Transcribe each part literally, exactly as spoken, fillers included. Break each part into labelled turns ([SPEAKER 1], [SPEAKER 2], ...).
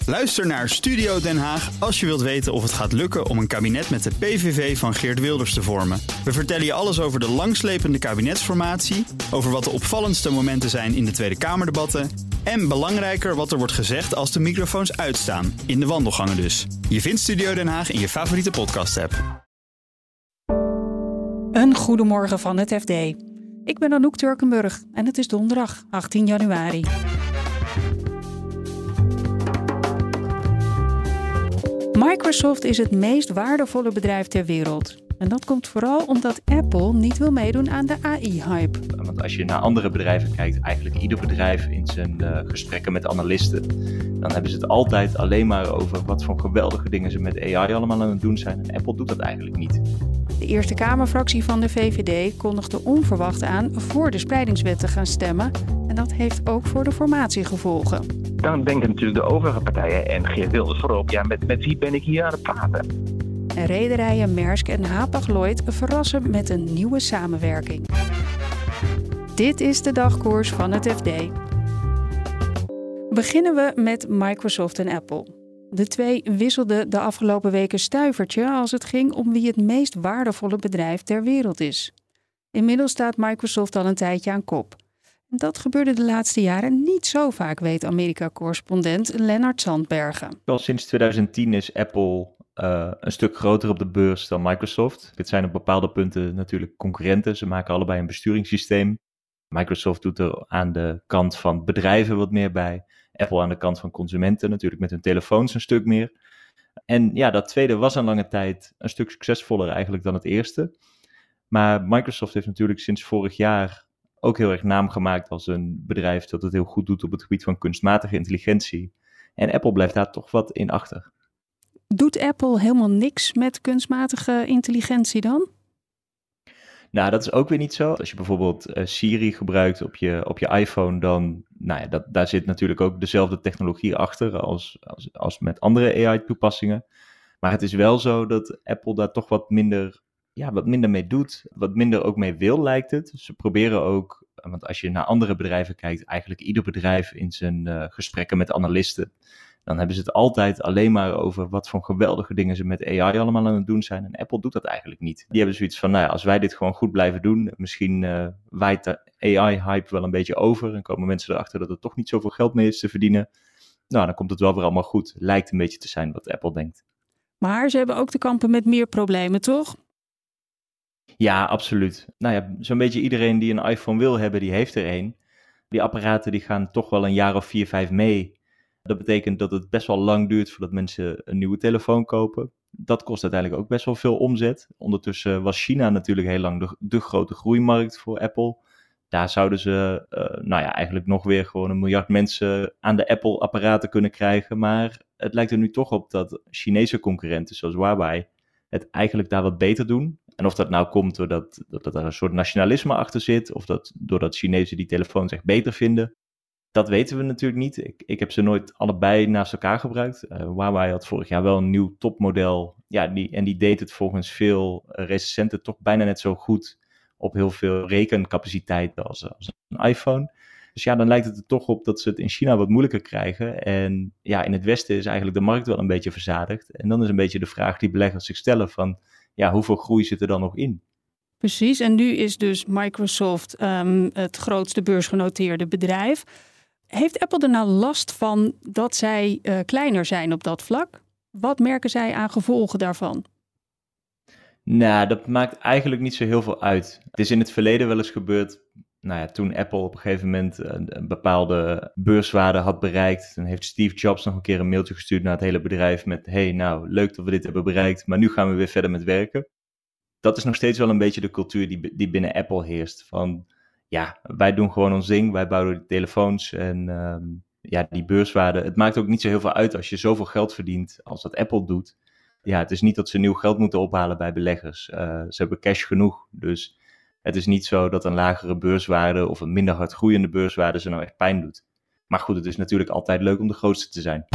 [SPEAKER 1] Luister naar Studio Den Haag als je wilt weten of het gaat lukken om een kabinet met de P V V van Geert Wilders te vormen. We vertellen je alles over de langslepende kabinetsformatie, over wat de opvallendste momenten zijn in de Tweede Kamerdebatten en belangrijker wat er wordt gezegd als de microfoons uitstaan, in de wandelgangen dus. Je vindt Studio Den Haag in je favoriete podcast-app.
[SPEAKER 2] Een goedemorgen van het F D. Ik ben Anouk Turkenburg en het is donderdag achttien januari. Microsoft is het meest waardevolle bedrijf ter wereld. En dat komt vooral omdat Apple niet wil meedoen aan de A I-hype.
[SPEAKER 3] Want als je naar andere bedrijven kijkt, eigenlijk ieder bedrijf in zijn uh, gesprekken met analisten, dan hebben ze het altijd alleen maar over wat voor geweldige dingen ze met A I allemaal aan het doen zijn. En Apple doet dat eigenlijk niet.
[SPEAKER 2] De Eerste Kamerfractie van de V V D kondigde onverwacht aan voor de spreidingswet te gaan stemmen. En dat heeft ook voor de formatie gevolgen.
[SPEAKER 4] Dan denken natuurlijk de overige partijen en Geert Wilders voorop, ja, met, met wie ben ik hier aan het praten?
[SPEAKER 2] En rederijen Maersk en Hapag-Lloyd verrassen met een nieuwe samenwerking. Dit is de dagkoers van het F D. Beginnen we met Microsoft en Apple. De twee wisselden de afgelopen weken stuivertje als het ging om wie het meest waardevolle bedrijf ter wereld is. Inmiddels staat Microsoft al een tijdje aan kop. Dat gebeurde de laatste jaren niet zo vaak, weet Amerika-correspondent Lennart Zandbergen.
[SPEAKER 3] Al sinds twintig tien is Apple uh, een stuk groter op de beurs dan Microsoft. Dit zijn op bepaalde punten natuurlijk concurrenten. Ze maken allebei een besturingssysteem. Microsoft doet er aan de kant van bedrijven wat meer bij. Apple aan de kant van consumenten, natuurlijk met hun telefoons een stuk meer. En ja, dat tweede was een lange tijd een stuk succesvoller eigenlijk dan het eerste. Maar Microsoft heeft natuurlijk sinds vorig jaar ook heel erg naam gemaakt als een bedrijf dat het heel goed doet op het gebied van kunstmatige intelligentie. En Apple blijft daar toch wat in achter.
[SPEAKER 2] Doet Apple helemaal niks met kunstmatige intelligentie dan?
[SPEAKER 3] Nou, dat is ook weer niet zo. Als je bijvoorbeeld uh, Siri gebruikt op je, op je iPhone, dan, nou ja, dat, daar zit natuurlijk ook dezelfde technologie achter als, als, als met andere A I-toepassingen. Maar het is wel zo dat Apple daar toch wat minder, ja, wat minder mee doet, wat minder ook mee wil, lijkt het. Ze proberen ook, want als je naar andere bedrijven kijkt, eigenlijk ieder bedrijf in zijn uh, gesprekken met analisten, dan hebben ze het altijd alleen maar over wat voor geweldige dingen ze met A I allemaal aan het doen zijn. En Apple doet dat eigenlijk niet. Die hebben zoiets van, nou ja, als wij dit gewoon goed blijven doen, misschien uh, waait de A I-hype wel een beetje over en komen mensen erachter dat er toch niet zoveel geld mee is te verdienen. Nou, dan komt het wel weer allemaal goed. Lijkt een beetje te zijn wat Apple denkt.
[SPEAKER 2] Maar ze hebben ook te kampen met meer problemen, toch?
[SPEAKER 3] Ja, absoluut. Nou ja, zo'n beetje iedereen die een iPhone wil hebben, die heeft er een. Die apparaten die gaan toch wel een jaar of vier, vijf mee. Dat betekent dat het best wel lang duurt voordat mensen een nieuwe telefoon kopen. Dat kost uiteindelijk ook best wel veel omzet. Ondertussen was China natuurlijk heel lang de, de grote groeimarkt voor Apple. Daar zouden ze uh, nou ja, eigenlijk nog weer gewoon een miljard mensen aan de Apple-apparaten kunnen krijgen. Maar het lijkt er nu toch op dat Chinese concurrenten zoals Huawei het eigenlijk daar wat beter doen. En of dat nou komt doordat dat, dat er een soort nationalisme achter zit, of dat doordat Chinezen die telefoons echt beter vinden, dat weten we natuurlijk niet. Ik, ik heb ze nooit allebei naast elkaar gebruikt. Uh, Huawei had vorig jaar wel een nieuw topmodel. Ja, die, en die deed het volgens veel recensenten toch bijna net zo goed op heel veel rekencapaciteit als, als een iPhone. Dus ja, dan lijkt het er toch op dat ze het in China wat moeilijker krijgen. En ja, in het Westen is eigenlijk de markt wel een beetje verzadigd. En dan is een beetje de vraag die beleggers zich stellen van, ja, hoeveel groei zit er dan nog in?
[SPEAKER 2] Precies, en nu is dus Microsoft um, het grootste beursgenoteerde bedrijf. Heeft Apple er nou last van dat zij uh, kleiner zijn op dat vlak? Wat merken zij aan gevolgen daarvan?
[SPEAKER 3] Nou, dat maakt eigenlijk niet zo heel veel uit. Het is in het verleden wel eens gebeurd, nou ja, toen Apple op een gegeven moment een, een bepaalde beurswaarde had bereikt. Dan heeft Steve Jobs nog een keer een mailtje gestuurd naar het hele bedrijf met, hey, nou, leuk dat we dit hebben bereikt, maar nu gaan we weer verder met werken. Dat is nog steeds wel een beetje de cultuur die, die binnen Apple heerst. Van, ja, wij doen gewoon ons ding, wij bouwen de telefoons en um, ja, die beurswaarde. Het maakt ook niet zo heel veel uit als je zoveel geld verdient als dat Apple doet. Ja, het is niet dat ze nieuw geld moeten ophalen bij beleggers. Uh, ze hebben cash genoeg, dus het is niet zo dat een lagere beurswaarde of een minder hard groeiende beurswaarde ze nou echt pijn doet. Maar goed, het is natuurlijk altijd leuk om de grootste te zijn.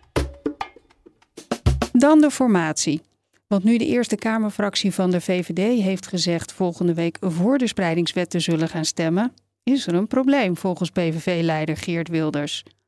[SPEAKER 2] Dan de formatie. Want nu de Eerste Kamerfractie van de V V D heeft gezegd volgende week voor de spreidingswet te zullen gaan stemmen, is er een probleem volgens P V V-leider Geert Wilders.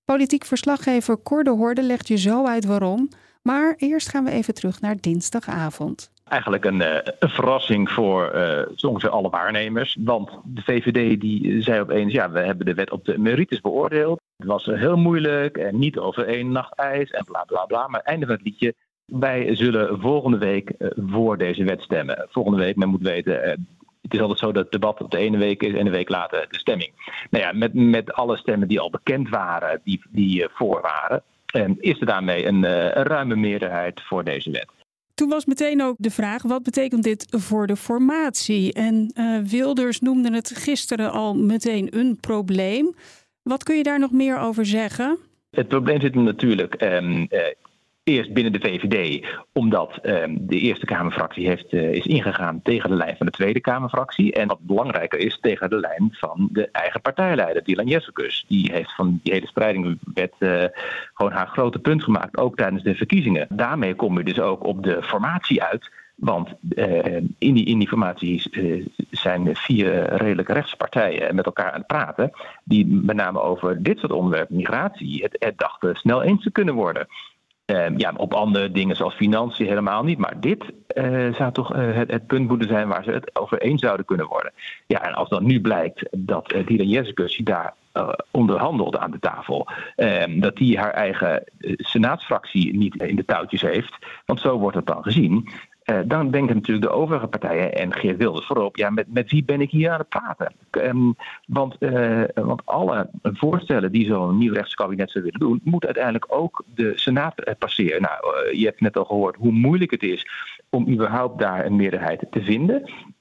[SPEAKER 2] Politiek verslaggever Cor de Horde legt je zo uit waarom. Maar eerst gaan we even terug naar dinsdagavond.
[SPEAKER 4] Eigenlijk een, uh, een verrassing voor uh, zo ongeveer alle waarnemers. Want de V V D die zei opeens, ja, we hebben de wet op de merites beoordeeld. Het was uh, heel moeilijk en niet over één nacht ijs en bla bla bla. Maar het einde van het liedje, wij zullen volgende week uh, voor deze wet stemmen. Volgende week, men moet weten, uh, het is altijd zo dat het debat op de ene week is en een week later de stemming. Nou ja, met, met alle stemmen die al bekend waren, die, die uh, voor waren, uh, is er daarmee een, uh, een ruime meerderheid voor deze wet.
[SPEAKER 2] Toen was meteen ook de vraag, wat betekent dit voor de formatie? En uh, Wilders noemde het gisteren al meteen een probleem. Wat kun je daar nog meer over zeggen?
[SPEAKER 4] Het probleem zit hem natuurlijk um, uh, eerst binnen de V V D, omdat um, de Eerste Kamerfractie heeft, uh, is ingegaan tegen de lijn van de Tweede Kamerfractie. En wat belangrijker is, tegen de lijn van de eigen partijleider, Dylan Jezekus. Die heeft van die hele spreidingwet uh, gewoon haar grote punt gemaakt, ook tijdens de verkiezingen. Daarmee kom je dus ook op de formatie uit. Want uh, in, die, in die formatie uh, zijn vier redelijk rechtse partijen met elkaar aan het praten, die met name over dit soort onderwerpen, migratie, het, het dachten snel eens te kunnen worden. Uh, ja, op andere dingen zoals financiën helemaal niet. Maar dit uh, zou toch uh, het, het punt moeten zijn waar ze het over eens zouden kunnen worden. Ja, en als dan nu blijkt dat uh, Dylan Jezekus daar uh, onderhandelt aan de tafel, uh, dat die haar eigen uh, senaatsfractie niet in de touwtjes heeft, want zo wordt het dan gezien. Uh, dan denken natuurlijk de overige partijen en Geert Wilders voorop, ja, met, met wie ben ik hier aan het praten? Um, want, uh, want alle voorstellen die zo'n nieuw rechtskabinet zou willen doen, moeten uiteindelijk ook de Senaat uh, passeren. Nou, uh, je hebt net al gehoord hoe moeilijk het is om überhaupt daar een meerderheid te vinden.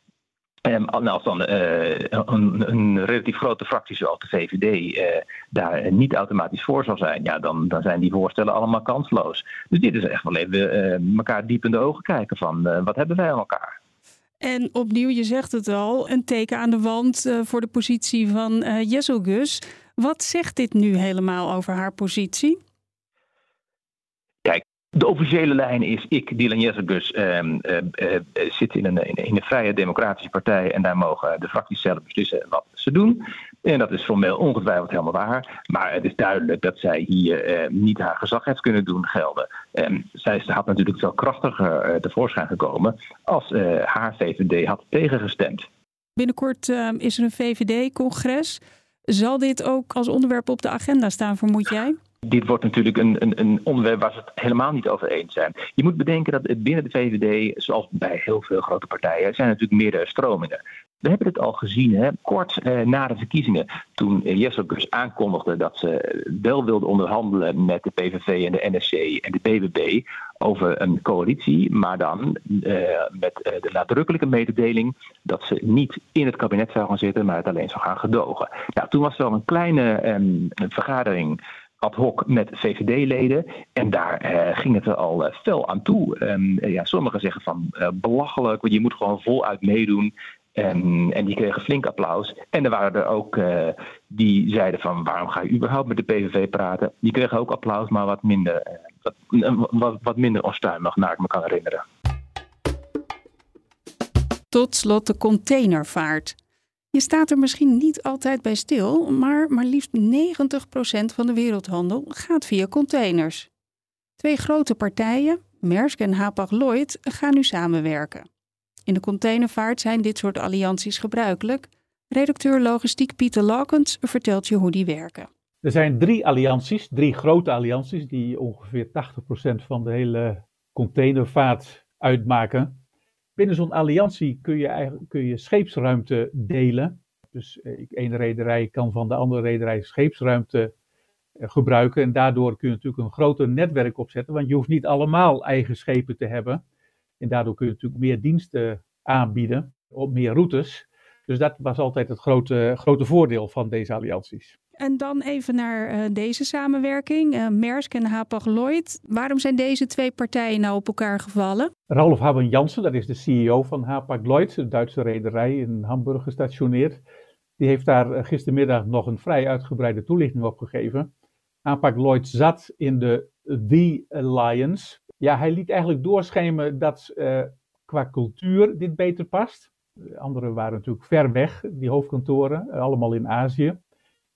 [SPEAKER 4] En als dan uh, een, een relatief grote fractie zoals de V V D uh, daar niet automatisch voor zal zijn, ja, dan, dan zijn die voorstellen allemaal kansloos. Dus dit is echt wel even uh, elkaar diep in de ogen kijken van uh, wat hebben wij aan elkaar.
[SPEAKER 2] En opnieuw, je zegt het al, een teken aan de wand uh, voor de positie van uh, Jezekus. Wat zegt dit nu helemaal over haar positie?
[SPEAKER 4] Kijk. De officiële lijn is, ik, Dylan Jezekus, uh, uh, uh, zit in een, in een vrije democratische partij en daar mogen de fracties zelf beslissen wat ze doen. En dat is formeel ongetwijfeld helemaal waar. Maar het is duidelijk dat zij hier uh, niet haar gezag heeft kunnen doen gelden. Um, zij had natuurlijk veel krachtiger uh, tevoorschijn gekomen als uh, haar V V D had tegengestemd.
[SPEAKER 2] Binnenkort uh, is er een V V D-congres. Zal dit ook als onderwerp op de agenda staan, vermoed jij?
[SPEAKER 4] Dit wordt natuurlijk een, een, een onderwerp waar ze het helemaal niet over eens zijn. Je moet bedenken dat binnen de V V D, zoals bij heel veel grote partijen, zijn natuurlijk meerdere stromingen. We hebben het al gezien, hè, kort eh, na de verkiezingen, toen eh, Jezekus aankondigde dat ze wel wilde onderhandelen met de P V V en de N S C en de B B B over een coalitie, maar dan eh, met eh, de nadrukkelijke mededeling dat ze niet in het kabinet zou gaan zitten, maar het alleen zou gaan gedogen. Nou, toen was er al een kleine eh, vergadering ad hoc met V V D-leden. En daar uh, ging het er al uh, fel aan toe. Um, uh, ja, sommigen zeggen van uh, belachelijk, want je moet gewoon voluit meedoen. Um, en die kregen flink applaus. En er waren er ook uh, die zeiden van waarom ga je überhaupt met de P V V praten? Die kregen ook applaus, maar wat minder, uh, wat, uh, wat, wat minder onstuimig, naar ik me kan herinneren.
[SPEAKER 2] Tot slot de containervaart. Je staat er misschien niet altijd bij stil, maar maar liefst negentig procent van de wereldhandel gaat via containers. Twee grote partijen, Maersk en Hapag-Lloyd, gaan nu samenwerken. In de containervaart zijn dit soort allianties gebruikelijk. Redacteur logistiek Pieter Lawkens vertelt je hoe die werken.
[SPEAKER 5] Er zijn drie allianties, drie grote allianties, die ongeveer tachtig procent van de hele containervaart uitmaken. Binnen zo'n alliantie kun je, eigenlijk, kun je scheepsruimte delen. Dus één rederij kan van de andere rederij scheepsruimte gebruiken. En daardoor kun je natuurlijk een groter netwerk opzetten. Want je hoeft niet allemaal eigen schepen te hebben. En daardoor kun je natuurlijk meer diensten aanbieden op meer routes. Dus dat was altijd het grote, grote voordeel van deze allianties.
[SPEAKER 2] En dan even naar uh, deze samenwerking, uh, Maersk en Hapag-Lloyd. Waarom zijn deze twee partijen nou op elkaar gevallen?
[SPEAKER 5] Ralf Haben Jansen, dat is de C E O van Hapag-Lloyd, een Duitse rederij in Hamburg gestationeerd. Die heeft daar gistermiddag nog een vrij uitgebreide toelichting op gegeven. Hapag-Lloyd zat in de The Alliance. Ja, hij liet eigenlijk doorschemeren dat uh, qua cultuur dit beter past. De anderen waren natuurlijk ver weg, die hoofdkantoren, allemaal in Azië.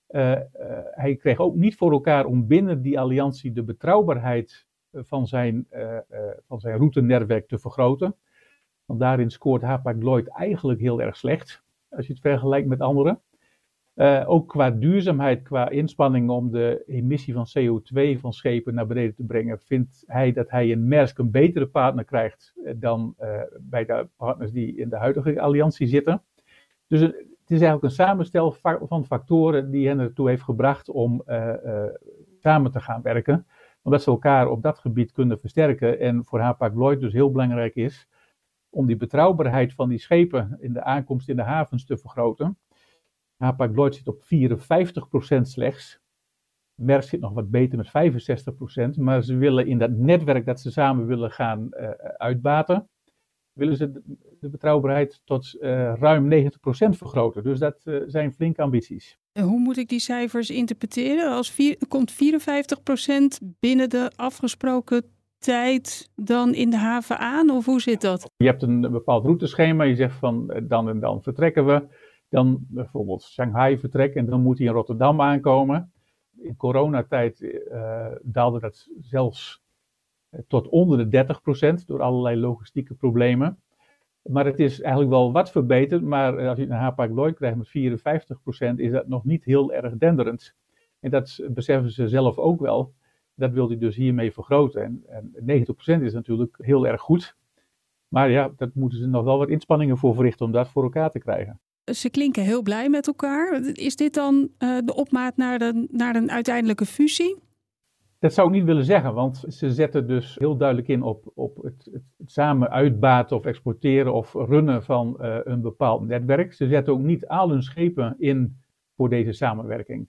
[SPEAKER 5] Uh, uh, hij kreeg ook niet voor elkaar om binnen die alliantie de betrouwbaarheid van zijn, uh, uh, van zijn routenetwerk te vergroten. Want daarin scoort Hapag-Lloyd eigenlijk heel erg slecht, als je het vergelijkt met anderen. Uh, ook qua duurzaamheid, qua inspanningen om de emissie van C O twee van schepen naar beneden te brengen, vindt hij dat hij in Maersk een betere partner krijgt dan uh, bij de partners die in de huidige alliantie zitten. Dus het is eigenlijk een samenstel van factoren die hen ertoe heeft gebracht om uh, uh, samen te gaan werken. Omdat ze elkaar op dat gebied kunnen versterken en voor Hapag-Lloyd dus heel belangrijk is om die betrouwbaarheid van die schepen in de aankomst in de havens te vergroten. Hapag-Lloyd zit op vierenvijftig procent slechts. Maersk zit nog wat beter met vijfenzestig procent. Maar ze willen in dat netwerk dat ze samen willen gaan uh, uitbaten, willen ze de, de betrouwbaarheid tot uh, ruim negentig procent vergroten. Dus dat uh, zijn flinke ambities.
[SPEAKER 2] Hoe moet ik die cijfers interpreteren? Als vier, komt vierenvijftig procent binnen de afgesproken tijd dan in de haven aan? Of hoe zit dat?
[SPEAKER 5] Je hebt een bepaald routeschema. Je zegt van uh, dan en dan vertrekken we. Dan bijvoorbeeld Shanghai vertrekken en dan moet hij in Rotterdam aankomen. In coronatijd uh, daalde dat zelfs uh, tot onder de dertig procent door allerlei logistieke problemen. Maar het is eigenlijk wel wat verbeterd, maar als je een Hapag-Lloyd krijgt met vierenvijftig procent is dat nog niet heel erg denderend. En dat beseffen ze zelf ook wel. Dat wil hij dus hiermee vergroten. En, en negentig procent is natuurlijk heel erg goed. Maar ja, daar moeten ze nog wel wat inspanningen voor verrichten om dat voor elkaar te krijgen.
[SPEAKER 2] Ze klinken heel blij met elkaar. Is dit dan uh, de opmaat naar, de, naar een uiteindelijke fusie?
[SPEAKER 5] Dat zou ik niet willen zeggen, want ze zetten dus heel duidelijk in op, op het, het, het samen uitbaten of exporteren of runnen van uh, een bepaald netwerk. Ze zetten ook niet al hun schepen in voor deze samenwerking.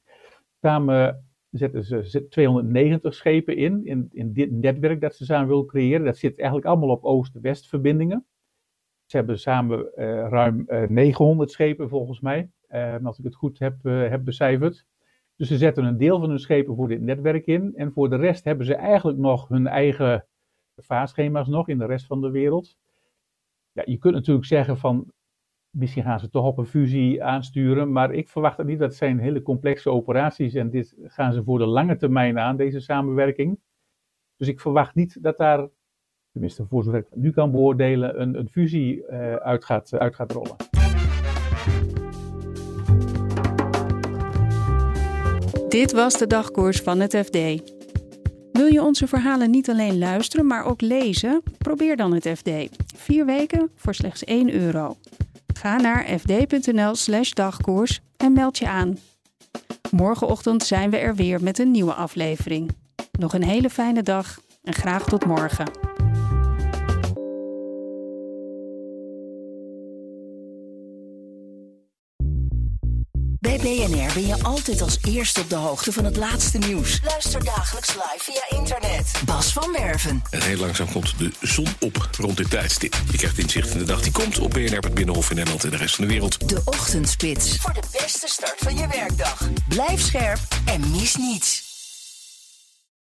[SPEAKER 5] Samen zetten ze tweehonderdnegentig schepen in, in, in dit netwerk dat ze samen willen creëren. Dat zit eigenlijk allemaal op oost-west verbindingen. Ze hebben samen uh, ruim uh, negenhonderd schepen volgens mij, uh, als ik het goed heb, uh, heb becijferd. Dus ze zetten een deel van hun schepen voor dit netwerk in. En voor de rest hebben ze eigenlijk nog hun eigen vaarschema's nog in de rest van de wereld. Ja, je kunt natuurlijk zeggen van, misschien gaan ze toch op een fusie aansturen. Maar ik verwacht het niet, dat zijn hele complexe operaties. En dit gaan ze voor de lange termijn aan, deze samenwerking. Dus ik verwacht niet dat daar, tenminste voor zover ik het nu kan beoordelen, een, een fusie uh, uit, gaat, uit gaat rollen.
[SPEAKER 2] Dit was de dagkoers van het F D. Wil je onze verhalen niet alleen luisteren, maar ook lezen? Probeer dan het F D. Vier weken voor slechts één euro. Ga naar fd.nl slash dagkoers en meld je aan. Morgenochtend zijn we er weer met een nieuwe aflevering. Nog een hele fijne dag en graag tot morgen.
[SPEAKER 6] Bij B N R ben je altijd als eerste op de hoogte van het laatste nieuws. Luister dagelijks live via internet. Bas van Werven.
[SPEAKER 7] En heel langzaam komt de zon op rond dit tijdstip. Je krijgt inzicht in de dag die komt op B N R, het Binnenhof in Nederland en de rest van de wereld.
[SPEAKER 6] De Ochtendspits. Voor de beste start van je werkdag. Blijf scherp en mis niets.